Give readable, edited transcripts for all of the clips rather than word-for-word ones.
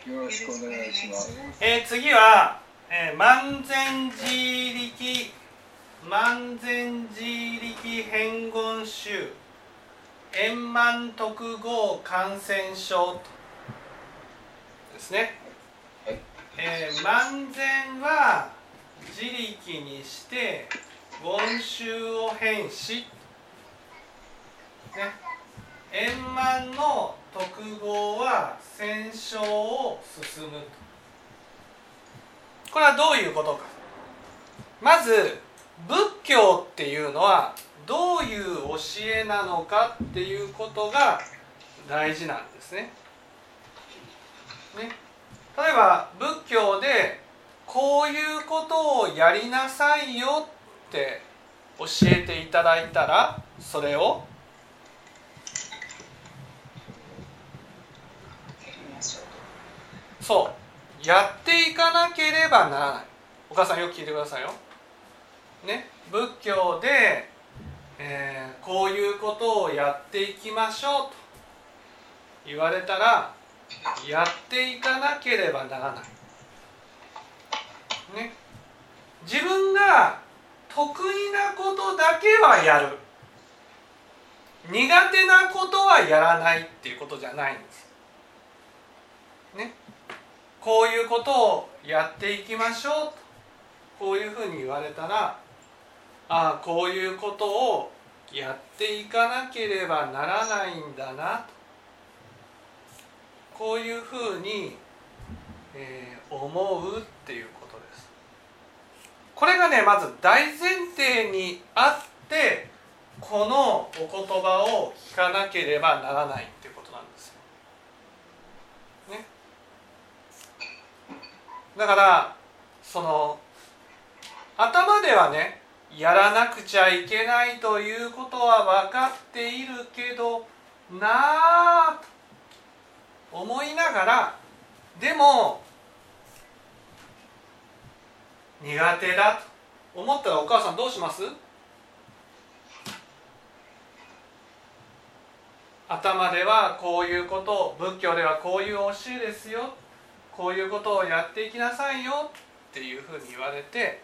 よろしくお願いします。 次は、万全寺力変言集円満特合感染症ですね。万全は自力にして言集を変し、円満の特合は戦勝を進むと。これはどういうことか。まず仏教っていうのはどういう教えなのかっていうことが大事なんですね。例えば仏教でこういうことをやりなさいよって教えていただいたら、それをやっていかなければならない。お母さんよく聞いてくださいよ。仏教で、こういうことをやっていきましょうと言われたら、やっていかなければならない。自分が得意なことだけはやる。苦手なことはやらないっていうことじゃないんです。こういうことをやっていきましょうと、こういうふうに言われたら、こういうことをやっていかなければならないんだなと、こういうふうに、思うっていうことです。これがまず大前提にあって、このお言葉を聞かなければならないっていうことなんですよ。だから頭ではやらなくちゃいけないということは分かっているけどなあと思いながら、でも苦手だと思ったらお母さんどうします？頭ではこういうことを、仏教ではこういう教えですよ、こういうことをやっていきなさいよっていうふうに言われて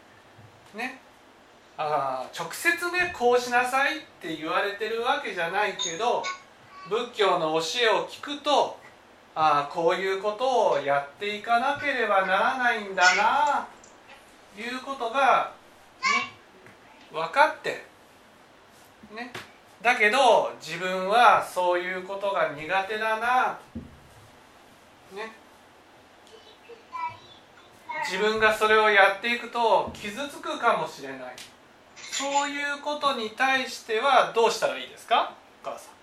直接こうしなさいって言われてるわけじゃないけど、仏教の教えを聞くと、こういうことをやっていかなければならないんだなということが、分かってだけど自分はそういうことが苦手だな自分がそれをやっていくと傷つくかもしれない、そういうことに対してはどうしたらいいですか、お母さん。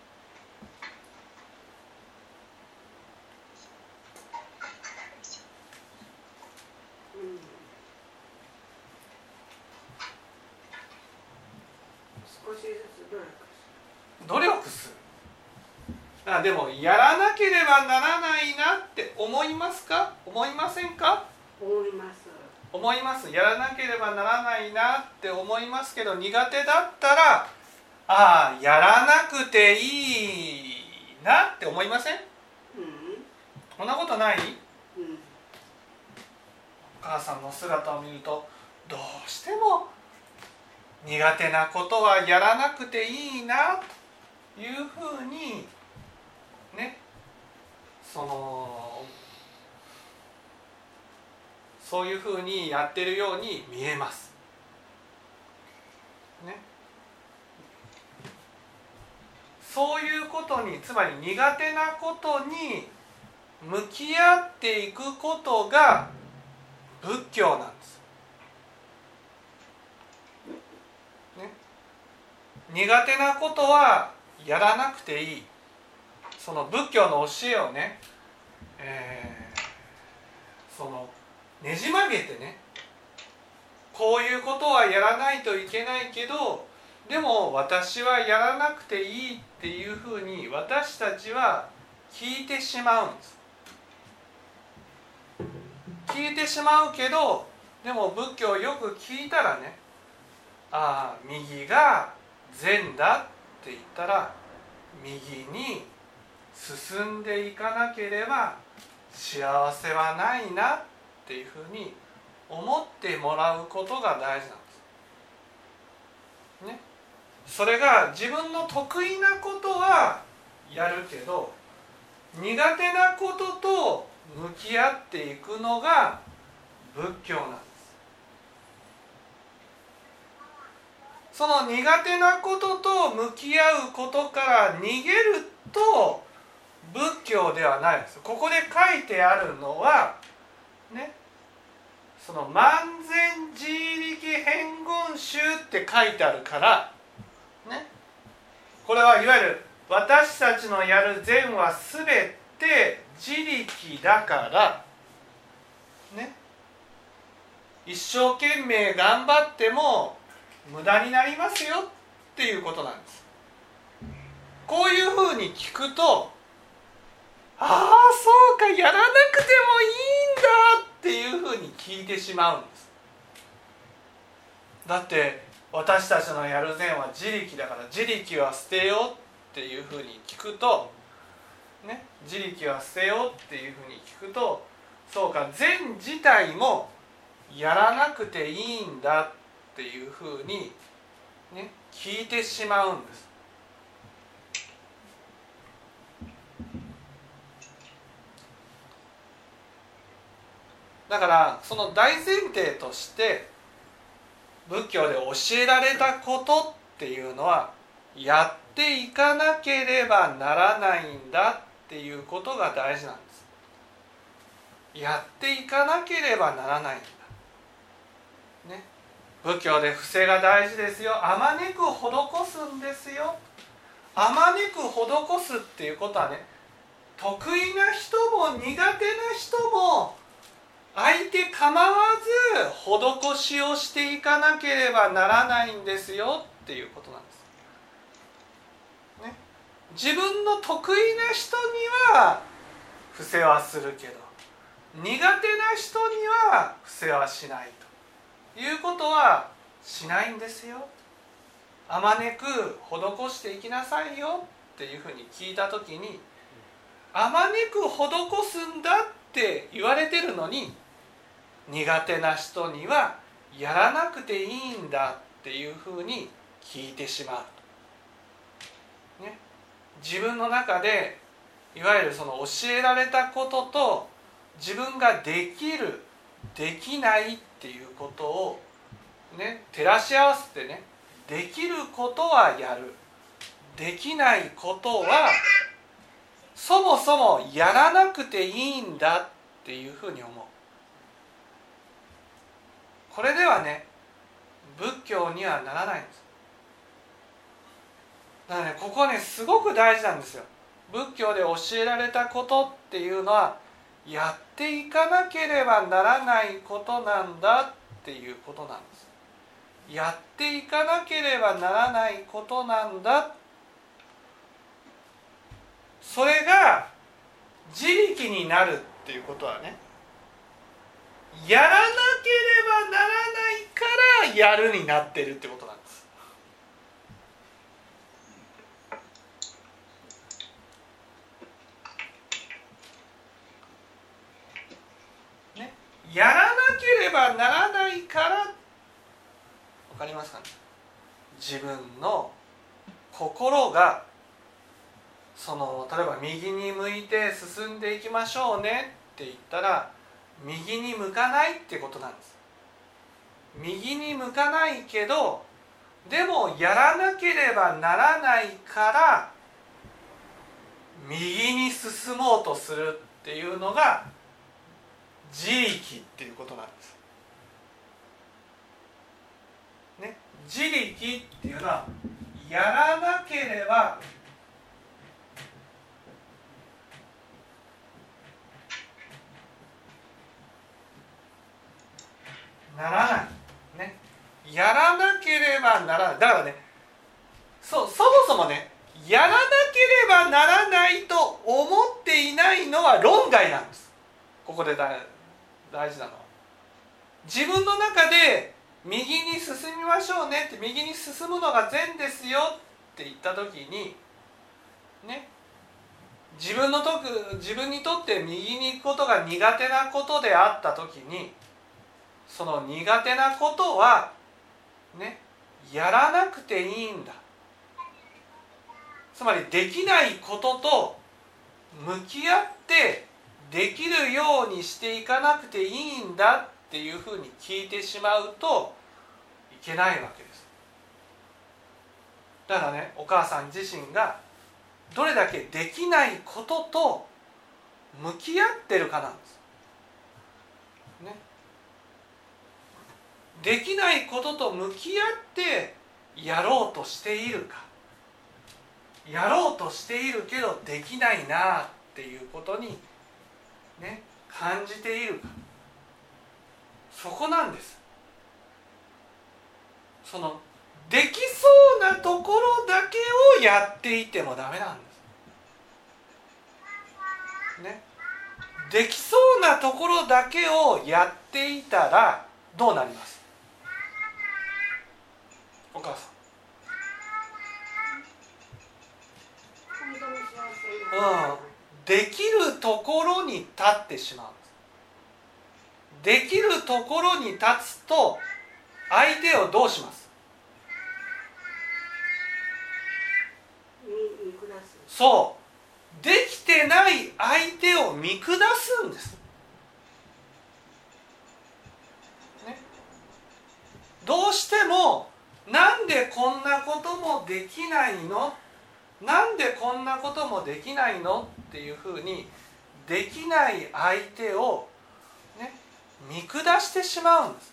少しずつ努力する。でもやらなければならないなって思いますか、思いませんか？ 思います。 思います。やらなければならないなって思いますけど、苦手だったらやらなくていいなって思いません？そんなことない？お母さんの姿を見るとどうしても苦手なことはやらなくていいなというふうにそういうふうにやってるように見えますそういうことに、つまり苦手なことに向き合っていくことが仏教なんです。苦手なことはやらなくていい。その仏教の教えをねじ曲げてこういうことはやらないといけないけど、でも私はやらなくていいっていうふうに私たちは聞いてしまうんです。聞いてしまうけど、でも仏教をよく聞いたら右が善だって言ったら右に進んでいかなければ幸せはないなっていうふうに思ってもらうことが大事なんですね。それが自分の得意なことはやるけど、苦手なことと向き合っていくのが仏教なんです。その苦手なことと向き合うことから逃げると仏教ではないです。ここで書いてあるのはね、その万全自力変言集って書いてあるからね、これはいわゆる私たちのやる善は全て自力だからね、一生懸命頑張っても無駄になりますよっていうことなんです。こういうふうに聞くと、ああそうか、やらなくてもいいんだっていうふうに聞いてしまうんです。だって私たちのやる善は自力だから自力は捨てようっていうふうに聞くとね、自力は捨てようっていうふうに聞くと、そうか、善自体もやらなくていいんだっていうふうに、ね、聞いてしまうんです。だからその大前提として仏教で教えられたことっていうのはやっていかなければならないんだっていうことが大事なんです。やっていかなければならないんだ、ね、仏教で伏せが大事ですよ。あまねく施すんですよ。あまねく施すっていうことはね、得意な人も苦手な人も相手構わず施しをしていかなければならないんですよっていうことなんです、ね、自分の得意な人には伏せはするけど苦手な人には伏せはしないということはしないんですよ。あまねく施していきなさいよっていうふうに聞いたときに、あまねく施すんだって言われてるのに苦手な人にはやらなくていいんだっていうふうに聞いてしまう、ね、自分の中でいわゆるその教えられたことと自分ができるできないっていうことを、ね、照らし合わせてね、できることはやる、できないことはそもそもやらなくていいんだっていうふうに思う。これではね、仏教にはならないんです。だからね、ここねすごく大事なんですよ。仏教で教えられたことっていうのはやっていかなければならないことなんだっていうことなんです。やっていかなければならないことなんだ。それが自力になるっていうことはね、やらなければならないからやるになってるってことなんです。ね、やらなければならないから、わかりますかね？自分の心がその例えば右に向いて進んでいきましょうねって言ったら右に向かないってことなんです。右に向かないけどでもやらなければならないから右に進もうとするっていうのが自力っていうことなんです、ね、自力っていうのはやらなければならない、ね、やらなければならない。だからね、そもそもね、やらなければならないと思っていないのは論外なんです。ここで大事なのは自分の中で右に進みましょうねって、右に進むのが善ですよって言った時にね、 自分にとって右に行くことが苦手なことであった時に、その苦手なことはね、やらなくていいんだ。つまりできないことと向き合ってできるようにしていかなくていいんだっていうふうに聞いてしまうといけないわけです。だからね、お母さん自身がどれだけできないことと向き合ってるかなんです、ね、できないことと向き合ってやろうとしているか、やろうとしているけどできないなっていうことに、ね、感じているか、そこなんです。そのできそうなところだけをやっていてもダメなんです、ね、できそうなところだけをやっていたらどうなります？お母さん。できるところに立ってしまうんです。できるところに立つと相手をどうします？そう、できてない相手を見下すんです、ね、どうしてもなんでこんなこともできないの、なんでこんなこともできないのっていうふうにできない相手を、ね、見下してしまうんです、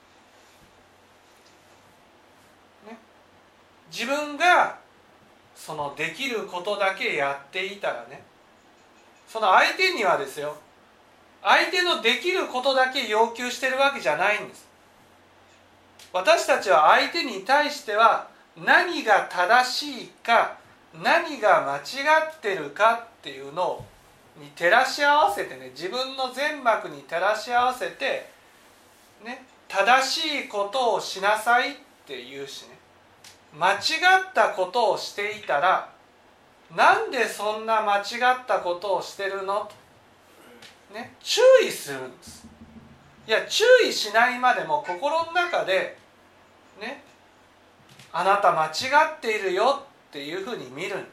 ね、自分がそのできることだけやっていたらね、その相手にはですよ、相手のできることだけ要求してるわけじゃないんです。私たちは相手に対しては何が正しいか、何が間違ってるかっていうのに照らし合わせてね、自分の全幕に照らし合わせて、ね、正しいことをしなさいって言うしね、間違ったことをしていたら、なんでそんな間違ったことをしてるのと、ね、注意するんです。いや、注意しないまでも心の中でね、あなた間違っているよっていうふうに見るんです。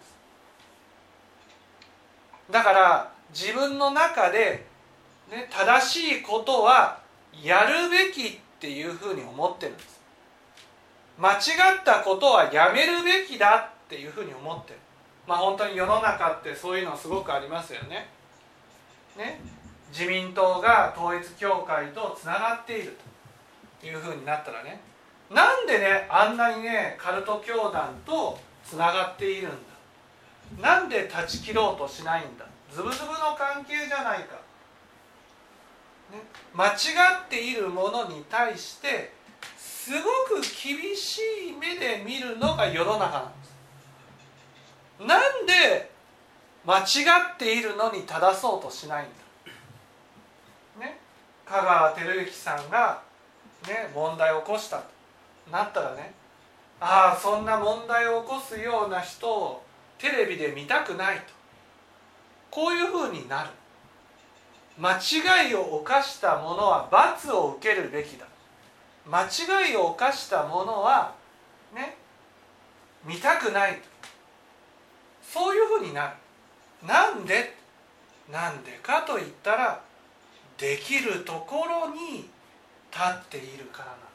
だから自分の中で、ね、正しいことはやるべきっていうふうに思ってるんです。間違ったことはやめるべきだっていうふうに思ってる。本当に世の中ってそういうのすごくありますよね。自民党が統一教会とつながっているというふうになったらね、なんでね、あんなにねカルト教団とつながっているんだ、なんで断ち切ろうとしないんだ、ズブズブの関係じゃないか、ね、間違っているものに対してすごく厳しい目で見るのが世の中なんです。なんで間違っているのに正そうとしないんだ、ね、香川照之さんが、ね、問題を起こしたとなったらね、ああそんな問題を起こすような人をテレビで見たくないと、こういうふうになる。間違いを犯した者は罰を受けるべきだ、間違いを犯した者はね見たくないと、そういうふうになる。なんでかといったら、できるところに立っているからなんです。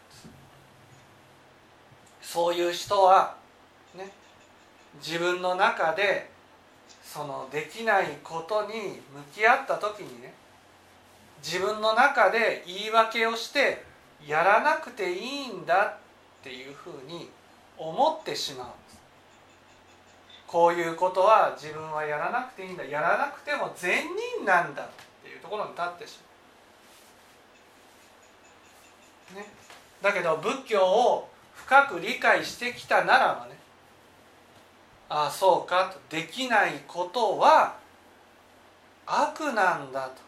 そういう人はね、自分の中でそのできないことに向き合った時にね、自分の中で言い訳をしてやらなくていいんだっていうふうに思ってしまうんです。こういうことは自分はやらなくていいんだ、やらなくても善人なんだっていうところに立ってしまう、ね、だけど仏教を深く理解してきたならばね、ああそうかと、できないことは悪なんだと、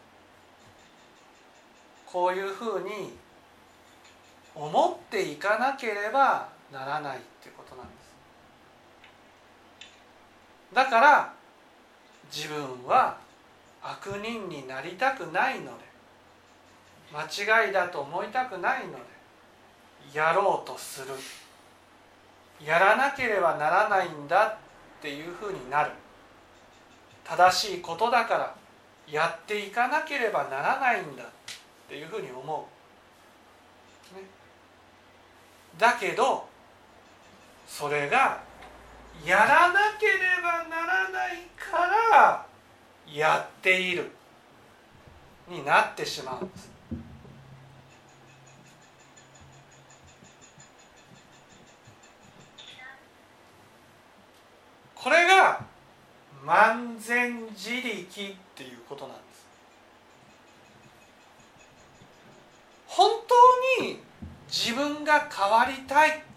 こういうふうに思っていかなければならないっていうことなんです。だから自分は悪人になりたくないので、間違いだと思いたくないのでやろうとする、やらなければならないんだっていうふうになる。正しいことだからやっていかなければならないんだっていうふうに思う、ね、だけどそれがやらなければならないからやっているになってしまうんです。これが満全自力っていうことなんです。本当に自分が変わりたい、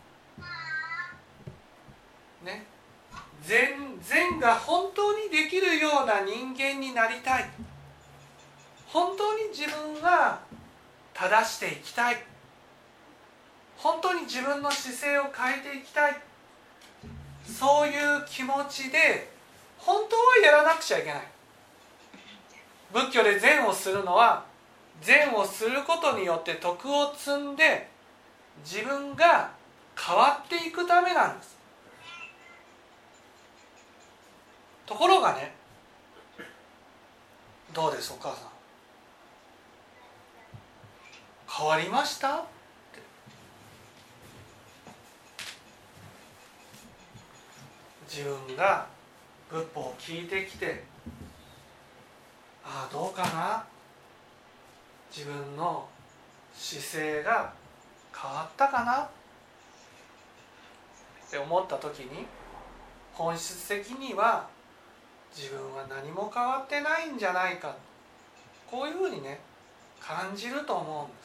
ね、善が本当にできるような人間になりたい、本当に自分が正していきたい、本当に自分の姿勢を変えていきたい、そういう気持ちで本当はやらなくちゃいけない。仏教で善をするのは、善をすることによって徳を積んで自分が変わっていくためなんです。ところがね、どうですお母さん、変わりましたって自分が仏法を聞いてきて、ああどうかな、自分の姿勢が変わったかなって思った時に、本質的には自分は何も変わってないんじゃないか、こういうふうにね感じると思うんです、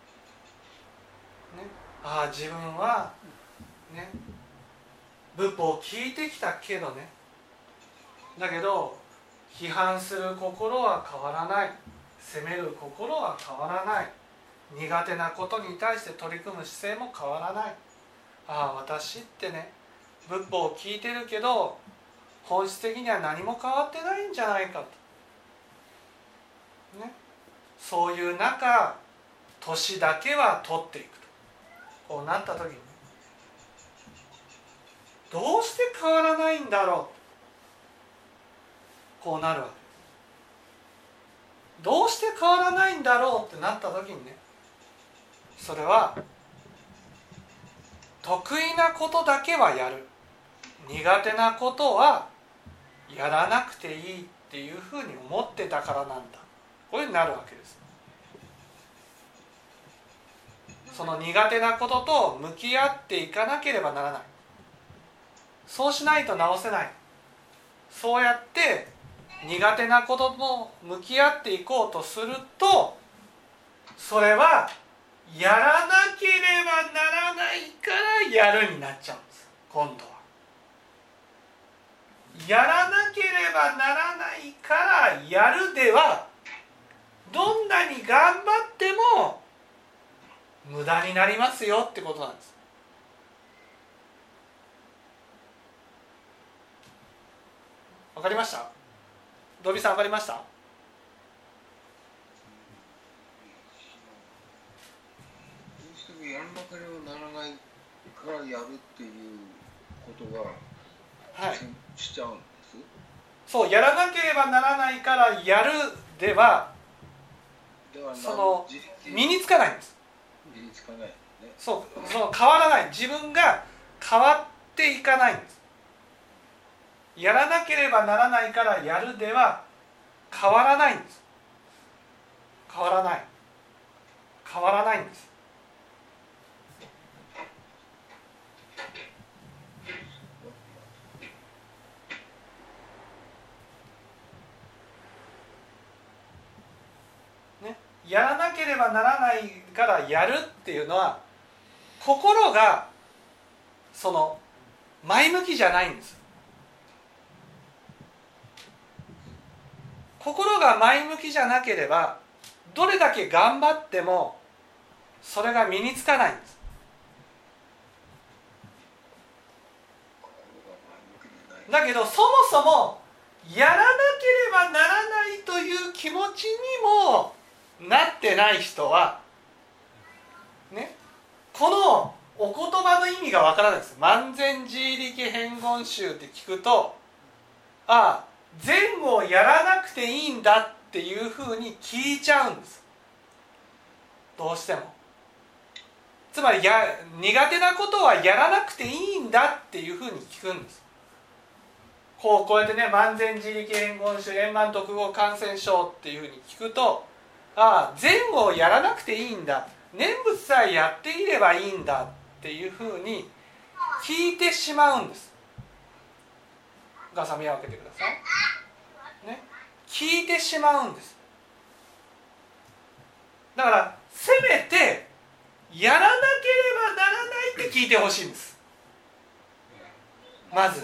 ね、ああ自分はね仏法を聞いてきたけどね、だけど批判する心は変わらない、責める心は変わらない、苦手なことに対して取り組む姿勢も変わらない、ああ私ってね仏法を聞いてるけど本質的には何も変わってないんじゃないかと、ね、そういう中年だけは取っていくと、こうなった時にどうして変わらないんだろう、こうなるわけ。どうして変わらないんだろうってなった時にね、それは得意なことだけはやる、苦手なことはやらなくていいっていうふうに思ってたからなんだ、こういうふうになるわけです。その苦手なことと向き合っていかなければならない。そうしないと直せない。そうやって苦手なことと向き合っていこうとすると、それはやらなければならないからやるになっちゃうんです。今度はやらなければならないからやるでは、どんなに頑張っても無駄になりますよってことなんです。わかりました？ドビさんわかりました？ どうしてもやらなければならないからやるっていうことが、 はい、 しちゃうんです。 そう、やらなければならないからやるでは、その身につかないんです。 身につかないね。 その変わらない、自分が変わっていかないんです。やらなければならないからやるでは変わらないんです。変わらないんです。ね、やらなければならないからやるっていうのは、心がその前向きじゃないんです。心が前向きじゃなければ、どれだけ頑張ってもそれが身につかないんです。だけどそもそもやらなければならないという気持ちにもなってない人はね、このお言葉の意味がわからないです。万全自力変言集って聞くと、ああ前後をやらなくていいんだっていうふうに聞いちゃうんです。どうしても。つまり苦手なことはやらなくていいんだっていうふうに聞くんです。こうやってね、万全自力変言集円満特合感染症っていうふうに聞くと、ああ前後をやらなくていいんだ、念仏さえやっていればいいんだっていうふうに聞いてしまうんです。お母さん目を開けてください、ね、聞いてしまうんです。だからせめてやらなければならないって聞いてほしいんです。まず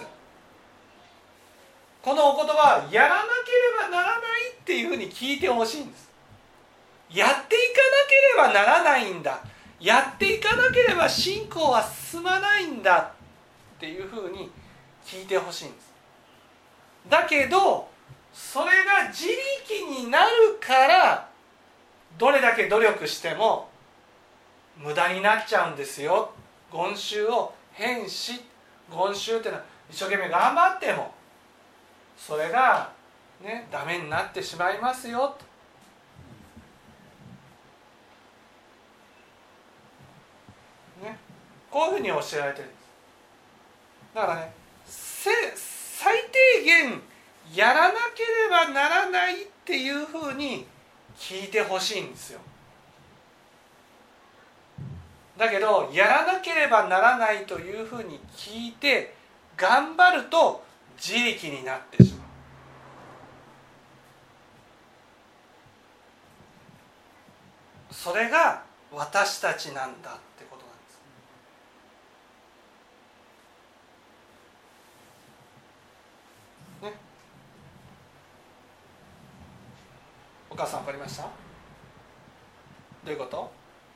このお言葉はやらなければならないっていうふうに聞いてほしいんです。やっていかなければならないんだ、やっていかなければ信仰は進まないんだっていうふうに聞いてほしいんです。だけどそれが自力になるからどれだけ努力しても無駄になっちゃうんですよ。言宗を変し、言宗っていうのは一生懸命頑張ってもそれがねダメになってしまいますよと。ね、こういうふうに教えられてるんです。だからね、最低限やらなければならないっていうふうに聞いてほしいんですよ。だけどやらなければならないというふうに聞いて頑張ると自力になってしまう。それが私たちなんだってことなんです。ね、お母さん分かりました？どういうこと？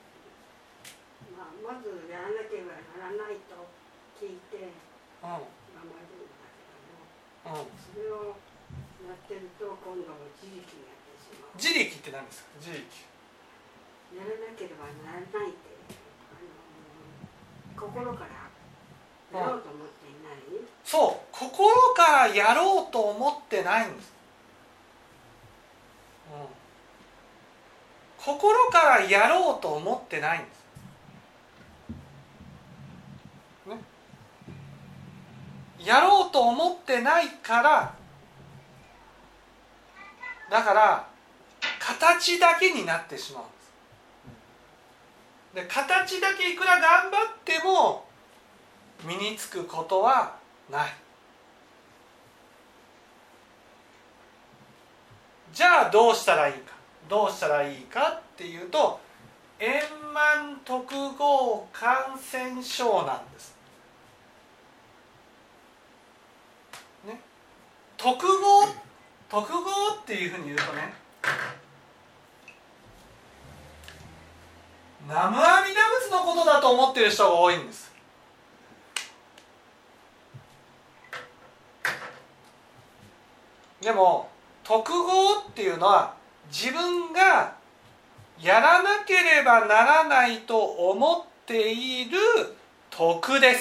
まずやらなければならないと聞いて頑張るんだけども、それをやってると今度は自力になってしまう。 自力って何ですか？自力。 やらなければならないって心からやろうと思っていない、 そう、心からやろうと思ってないんです。心からやろうと思ってないんです。ね、やろうと思ってないから、だから形だけになってしまうんです。で、形だけいくら頑張っても身につくことはない。じゃあどうしたらいいか。どうしたらいいかっていうと、円満特合感染症なんです。ね、特合っていうふうに言うとね、南無阿弥陀仏のことだと思っている人が多いんです。でも特合っていうのは自分がやらなければならないと思っている徳です。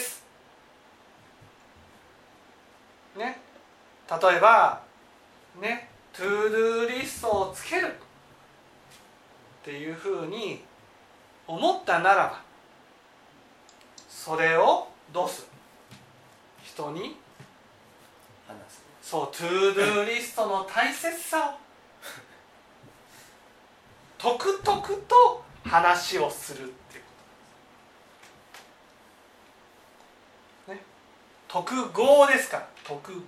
ね、例えばね、トゥードゥーリストをつけるっていうふうに思ったならば、それをどうする？人に話す。 そう、トゥードゥーリストの大切さをとくとくと話をするっていうことね。特合ですから。特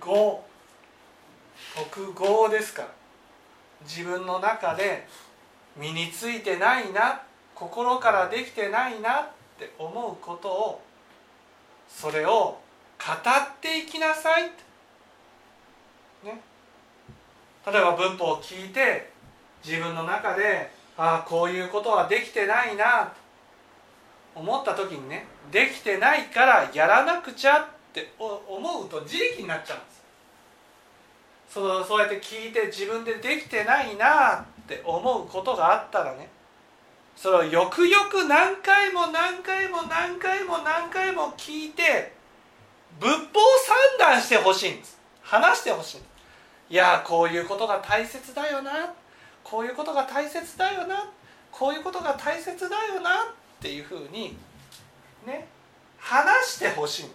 合ですから。自分の中で身についてないな、心からできてないなって思うことを、それを語っていきなさい、ね、例えば文法を聞いて自分の中でこういうことはできてないなと思った時にね、できてないからやらなくちゃって思うと自力になっちゃうんです。 そうやって聞いて自分でできてないなって思うことがあったらね、それをよくよく何回も何回も何回も何回も聞いて仏法を算段してほしいんです。話してほしいんです。いやこういうことが大切だよな、こういうことが大切だよな、こういうことが大切だよなっていうふうにね、話してほしいんです。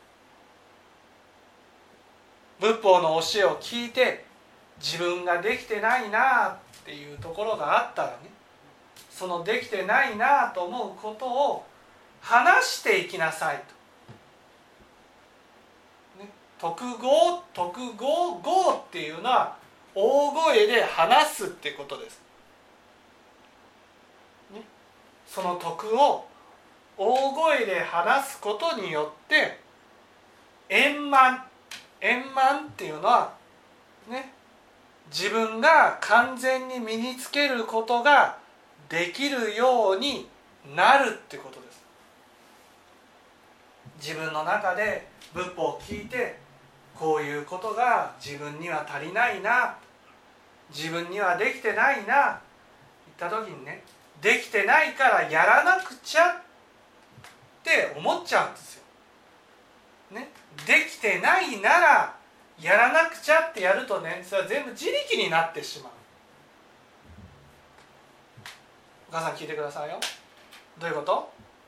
仏法の教えを聞いて自分ができてないなっていうところがあったらね、そのできてないなと思うことを話していきなさいと、ね、徳語っていうのは大声で話すってことです、ね、その徳を大声で話すことによって円満っていうのはね、自分が完全に身につけることができるようになるってことです。自分の中で仏法を聞いてこういうことが自分には足りないな、自分にはできてないな言った時にね、できてないからやらなくちゃって思っちゃうんですよ、ね、できてないならやらなくちゃってやるとね、それは全部自力になってしまう。お母さん聞いてくださいよ。どういうこと？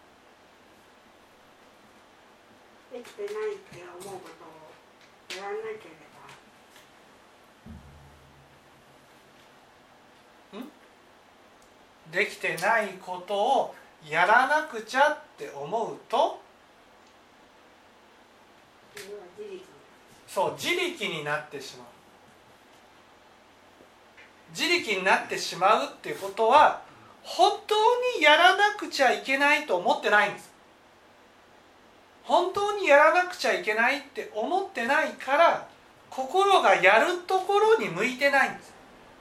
できてないって思うことをやらなければ、できてないことをやらなくちゃって思うと、 それは自力。 そう、自力になってしまう。自力になってしまうっていうことは本当にやらなくちゃいけないと思ってないんです。本当にやらなくちゃいけないって思ってないから心がやるところに向いてないんです。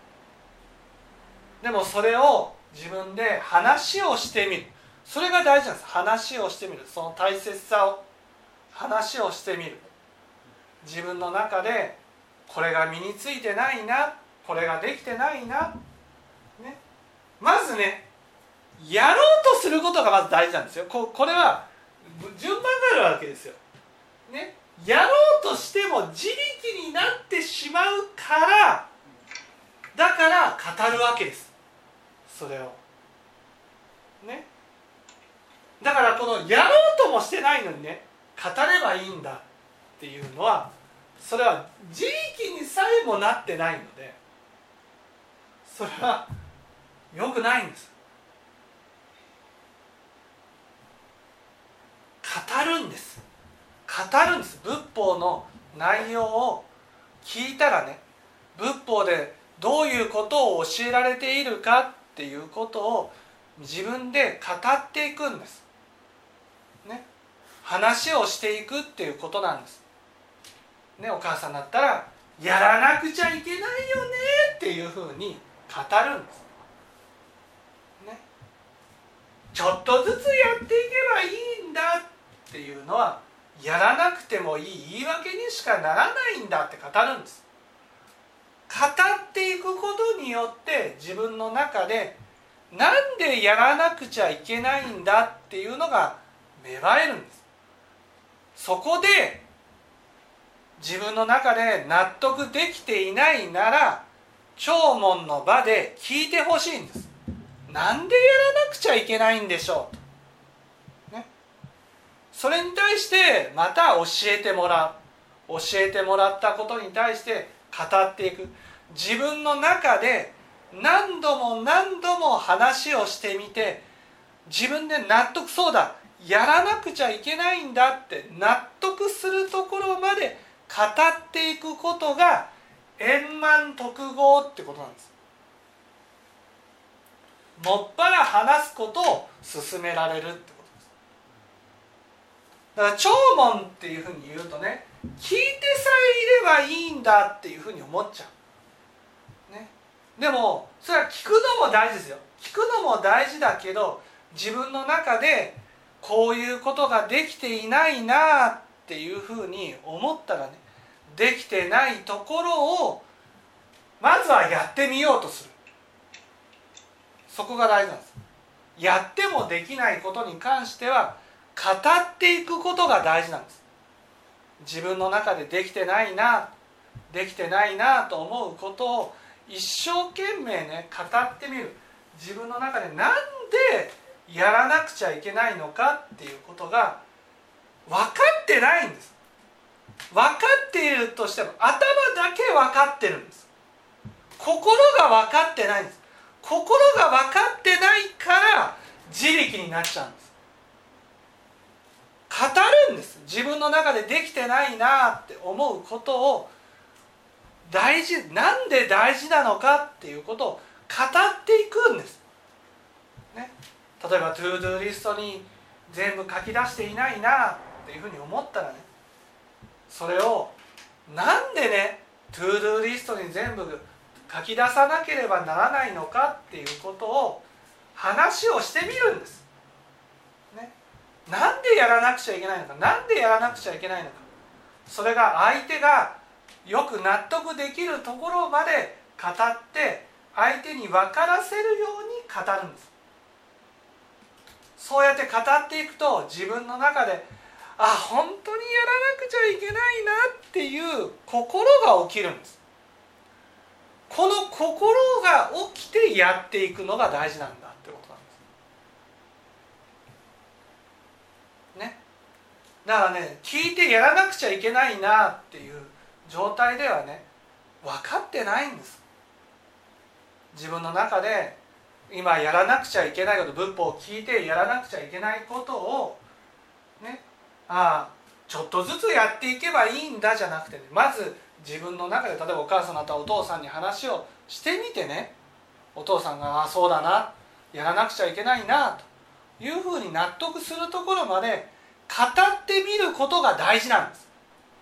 でもそれを自分で話をしてみる、それが大事なんです。話をしてみる、その大切さを話をしてみる。自分の中でこれが身についてないな、これができてないな、ね、まずね、やろうとすることがまず大事なんですよ。これは順番があるわけですよ、ね、やろうとしても自力になってしまうから、だから語るわけです、それをね。だからこのやろうともしてないのにね、語ればいいんだっていうのは、それは自力にさえもなってないので、それは良くないんです。語るんです。仏法の内容を聞いたらね、仏法でどういうことを教えられているかっていうことを自分で語っていくんです、ね、話をしていくっていうことなんです、ね、お母さんだったらやらなくちゃいけないよねっていうふうに語るんです、ね、ちょっとずつやっていけばいいんだっていうのは、やらなくてもいい言い訳にしかならないんだって語るんです。語っていくことによって自分の中でなんでやらなくちゃいけないんだっていうのが芽生えるんです。そこで自分の中で納得できていないなら、聴聞の場で聞いてほしいんです。なんでやらなくちゃいけないんでしょうと、ね、それに対してまた教えてもらったことに対して語っていく。自分の中で何度も話をしてみて、自分で納得、そうだ、やらなくちゃいけないんだって納得するところまで語っていくことが円満徳合ってことなんです。もっぱら話すことを勧められるってことです。だから聴聞っていうふうに言うとね、聞いてさえいればいいんだっていうふうに思っちゃう、ね、でもそれは聞くのも大事ですよ。聞くのも大事だけど、自分の中でこういうことができていないなっていうふうに思ったらね、 できてないところをまずはやってみようとする。そこが大事なんです。やってもできないことに関しては語っていくことが大事なんです。自分の中でできてないなと思うことを一生懸命ね語ってみる。自分の中でなんでやらなくちゃいけないのかっていうことが分かってないんです。分かっているとしても頭だけ分かってるんです。心が分かってないんです。心が分かってないから自力になっちゃうんです。語るんです。自分の中でできてないなって思うことをなんで大事なのかっていうことを語っていくんです、ね、例えばトゥードゥーリストに全部書き出していないなっていうふうに思ったらね、それをなんでねトゥードゥーリストに全部書き出さなければならないのかっていうことを話をしてみるんです、ね、なんでやらなくちゃいけないのか、なんでやらなくちゃいけないのか、それが相手がよく納得できるところまで語って相手に分からせるように語るんです。そうやって語っていくと自分の中で本当にやらなくちゃいけないなっていう心が起きるんです。この心が起きてやっていくのが大事なんだってことなんですね。だからね、聞いてやらなくちゃいけないなっていう状態ではね分かってないんです。自分の中で今やらなくちゃいけないこと、仏法を聞いてやらなくちゃいけないことをね、ちょっとずつやっていけばいいんだじゃなくて、ね、まず自分の中で、例えばお母さんだったらお父さんに話をしてみてね、お父さんがそうだな、やらなくちゃいけないなというふうに納得するところまで語ってみることが大事なんです。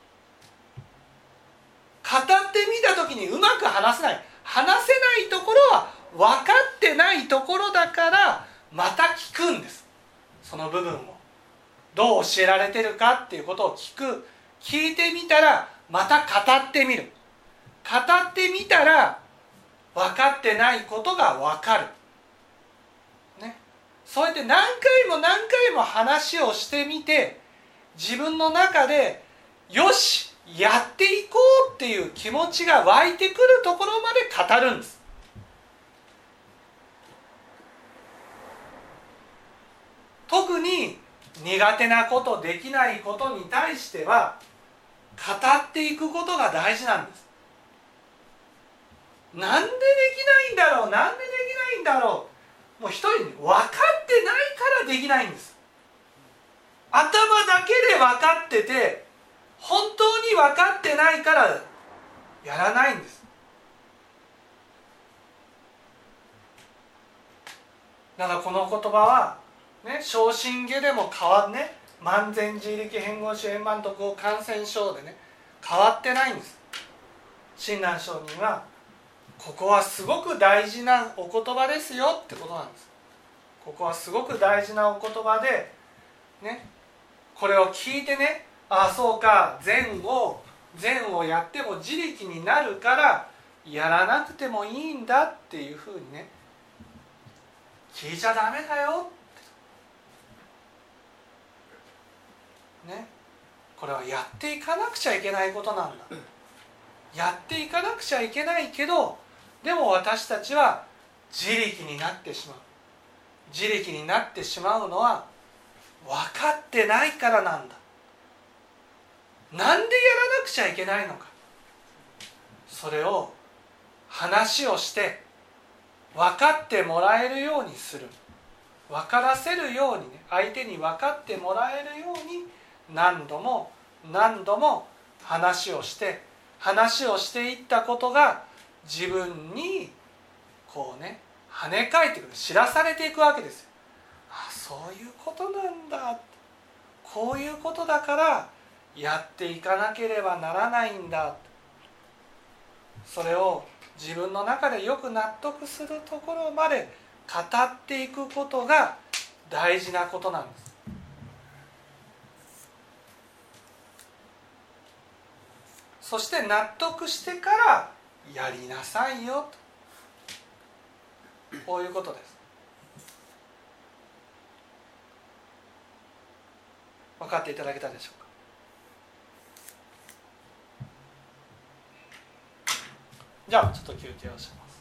語ってみた時にうまく話せないところは分かってないところだからまた聞くんです。その部分をどう教えられてるかっていうことを聞いてみたらまた語ってみる。語ってみたら分かってないことが分かる、ね、そうやって何回も話をしてみて自分の中でよしやっていこうっていう気持ちが湧いてくるところまで語るんです。特に苦手なこと、できないことに対しては語っていくことが大事なんです。なんでできないんだろう、なんでできないんだろう、もう一人に分かってないからできないんです。頭だけで分かってて本当に分かってないからやらないんです。だからこの言葉はね、正真下でも万全自力変合種円満徳を感染症でね変わってないんです。親鸞上人はここはすごく大事なお言葉ですよってことなんです。ここはすごく大事なお言葉でね、これを聞いてね、そうか、善をやっても自力になるからやらなくてもいいんだっていうふうにね、聞いちゃダメだよってね、これはやっていかなくちゃいけないことなんだ。やっていかなくちゃいけないけど、でも私たちは自力になってしまう。自力になってしまうのは分かってないからなんだ。なんでやらなくちゃいけないのか、それを話をして分かってもらえるようにする、分からせるようにね、相手に分かってもらえるように何度も話をしていったことが自分にこうね跳ね返ってくる、知らされていくわけですよ。そういうことなんだ、こういうことだからやっていかなければならないんだ。それを自分の中でよく納得するところまで語っていくことが大事なことなんです。 そして納得してからやりなさいよと、こういうことです。分かっていただけたでしょうか。じゃあちょっと休憩をします。